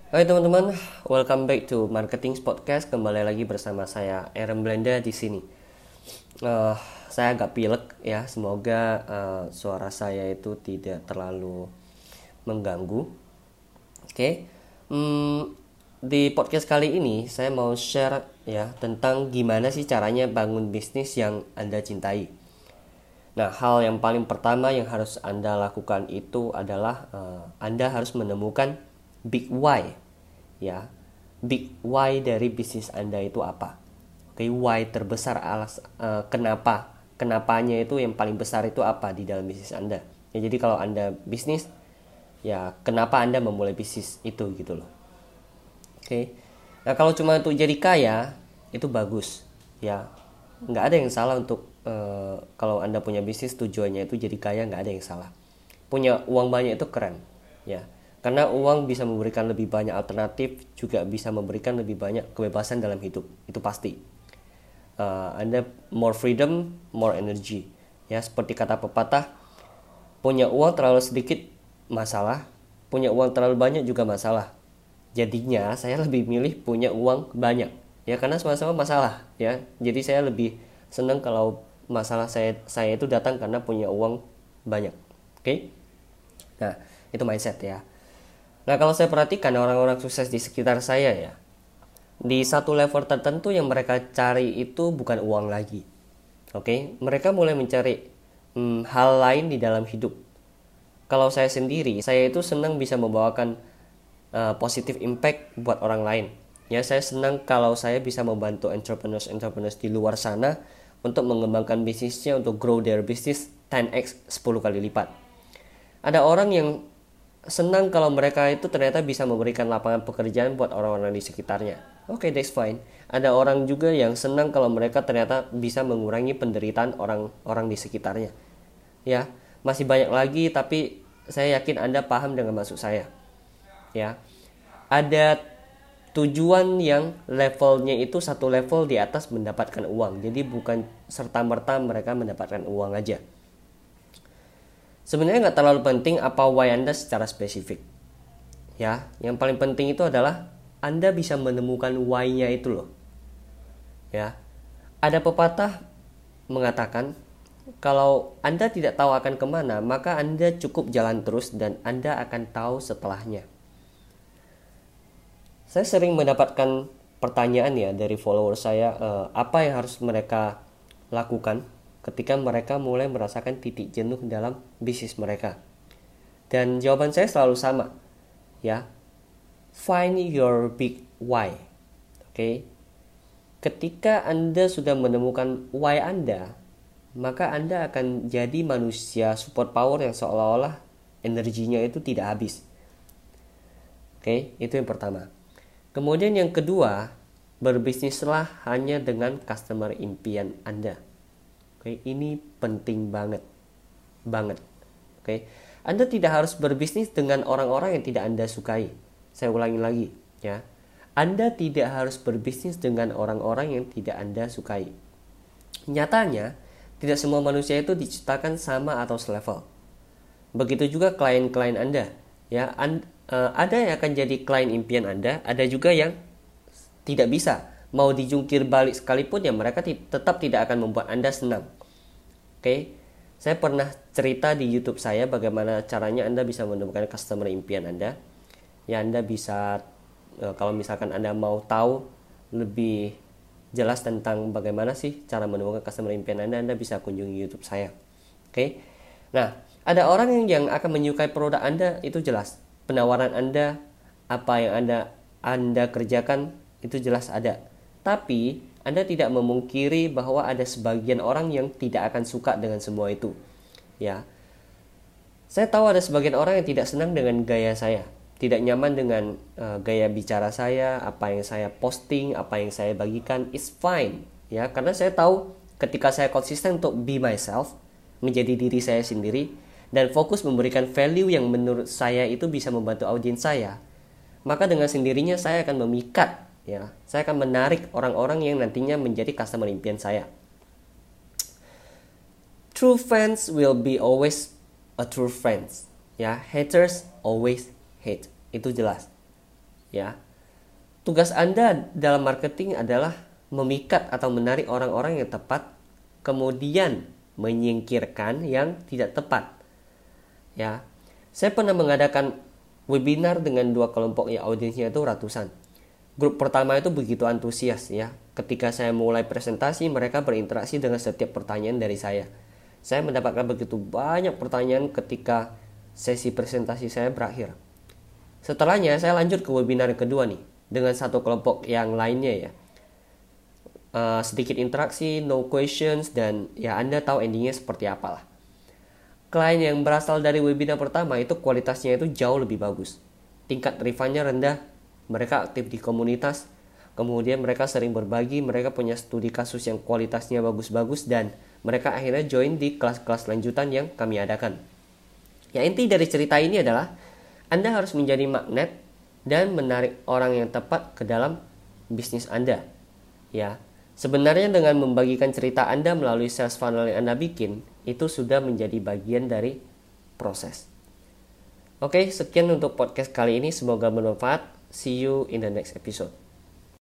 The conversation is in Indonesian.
Hai teman-teman, welcome back to Marketing Podcast. Kembali lagi bersama saya Aaron Blenda di sini. Eh, saya agak pilek ya, semoga suara saya itu tidak terlalu mengganggu. Oke, Hmm, di podcast kali ini saya mau share ya tentang gimana sih caranya bangun bisnis yang Anda cintai. Nah, hal yang paling pertama yang harus Anda lakukan itu adalah Anda harus menemukan big why. Ya, big why dari bisnis Anda itu apa? Oke, why terbesar kenapanya itu yang paling besar itu apa di dalam bisnis Anda. Ya, jadi kalau Anda bisnis, ya kenapa Anda memulai bisnis itu gitu loh. Oke. Nah, kalau cuma untuk jadi kaya itu bagus, ya. Nggak ada yang salah untuk kalau Anda punya bisnis tujuannya itu jadi kaya, nggak ada yang salah. Punya uang banyak itu keren, ya. Karena uang bisa memberikan lebih banyak alternatif, juga bisa memberikan lebih banyak kebebasan dalam hidup. Itu pasti. Anda more freedom, more energy. Ya, seperti kata pepatah, punya uang terlalu sedikit masalah, punya uang terlalu banyak juga masalah. Jadinya saya lebih milih punya uang banyak. Ya karena sama-sama masalah, ya. Jadi saya lebih senang kalau masalah saya itu datang karena punya uang banyak. Oke? Nah, itu mindset ya. Nah, kalau saya perhatikan orang-orang sukses di sekitar saya ya, di satu level tertentu yang mereka cari itu bukan uang lagi. Oke, mereka mulai mencari hal lain di dalam hidup. Kalau saya sendiri, saya itu senang bisa membawakan positive impact buat orang lain. Ya, saya senang kalau saya bisa membantu entrepreneurs di luar sana untuk mengembangkan bisnisnya, untuk grow their business 10x 10 kali lipat. Ada orang yang senang kalau mereka itu ternyata bisa memberikan lapangan pekerjaan buat orang-orang di sekitarnya. Oke, that's fine. Ada orang juga yang senang kalau mereka ternyata bisa mengurangi penderitaan orang-orang di sekitarnya. Ya, masih banyak lagi tapi saya yakin Anda paham dengan maksud saya. Ya. Ada tujuan yang levelnya itu satu level di atas mendapatkan uang. Jadi bukan serta-merta mereka mendapatkan uang aja. Sebenarnya nggak terlalu penting apa why Anda secara spesifik. Ya, yang paling penting itu adalah Anda bisa menemukan why-nya itu loh. Ya. Ada pepatah mengatakan kalau Anda tidak tahu akan kemana, maka Anda cukup jalan terus dan Anda akan tahu setelahnya. Saya sering mendapatkan pertanyaan ya dari follower saya, apa yang harus mereka lakukan ketika mereka mulai merasakan titik jenuh dalam bisnis mereka. Dan jawaban saya selalu sama, ya. Find your big why. Oke. Ketika Anda sudah menemukan why Anda, maka Anda akan jadi manusia support power yang seolah-olah energinya itu tidak habis. Oke, itu yang pertama. Kemudian yang kedua, berbisnislah hanya dengan customer impian Anda. Oke, ini penting banget. Banget. Oke. Anda tidak harus berbisnis dengan orang-orang yang tidak Anda sukai. Saya ulangi lagi, ya. Anda tidak harus berbisnis dengan orang-orang yang tidak Anda sukai. Nyatanya, tidak semua manusia itu diciptakan sama atau selevel. Begitu juga klien-klien Anda. Ya, ada yang akan jadi klien impian Anda, ada juga yang tidak bisa. Mau dijungkir balik sekalipun ya mereka tetap tidak akan membuat Anda senang. Oke. Saya pernah cerita di YouTube saya bagaimana caranya Anda bisa menemukan customer impian Anda. Ya, Anda bisa kalau misalkan Anda mau tahu lebih jelas tentang bagaimana sih cara menemukan customer impian Anda, Anda bisa kunjungi YouTube saya. Oke. Nah, ada orang yang akan menyukai produk Anda, itu jelas. Penawaran Anda, apa yang Anda kerjakan, itu jelas ada. Tapi Anda tidak memungkiri bahwa ada sebagian orang yang tidak akan suka dengan semua itu. Ya. Saya tahu ada sebagian orang yang tidak senang dengan gaya saya, tidak nyaman dengan gaya bicara saya, apa yang saya posting, apa yang saya bagikan, it's fine. Ya, karena saya tahu ketika saya konsisten untuk be myself, menjadi diri saya sendiri, dan fokus memberikan value yang menurut saya itu bisa membantu audiens saya, maka dengan sendirinya saya akan memikat, ya, saya akan menarik orang-orang yang nantinya menjadi customer impian saya. True fans will be always a true friends, ya. Haters always hate, itu jelas. Ya. Tugas Anda dalam marketing adalah memikat atau menarik orang-orang yang tepat, kemudian menyingkirkan yang tidak tepat. Ya. Saya pernah mengadakan webinar dengan 2 kelompok yang audiensnya itu ratusan. Grup pertama itu begitu antusias ya. Ketika saya mulai presentasi, mereka berinteraksi dengan setiap pertanyaan dari saya. Saya mendapatkan begitu banyak pertanyaan ketika sesi presentasi saya berakhir. Setelahnya saya lanjut ke webinar kedua nih dengan satu kelompok yang lainnya ya. Sedikit interaksi, no questions, dan ya Anda tahu endingnya seperti apalah. Klien yang berasal dari webinar pertama itu kualitasnya itu jauh lebih bagus. Tingkat refund-nya rendah, mereka aktif di komunitas, kemudian mereka sering berbagi, mereka punya studi kasus yang kualitasnya bagus-bagus, dan mereka akhirnya join di kelas-kelas lanjutan yang kami adakan. Ya, inti dari cerita ini adalah Anda harus menjadi magnet dan menarik orang yang tepat ke dalam bisnis Anda. Ya, sebenarnya dengan membagikan cerita Anda melalui sales funnel yang Anda bikin, itu sudah menjadi bagian dari proses. Oke, sekian untuk podcast kali ini. Semoga bermanfaat. See you in the next episode.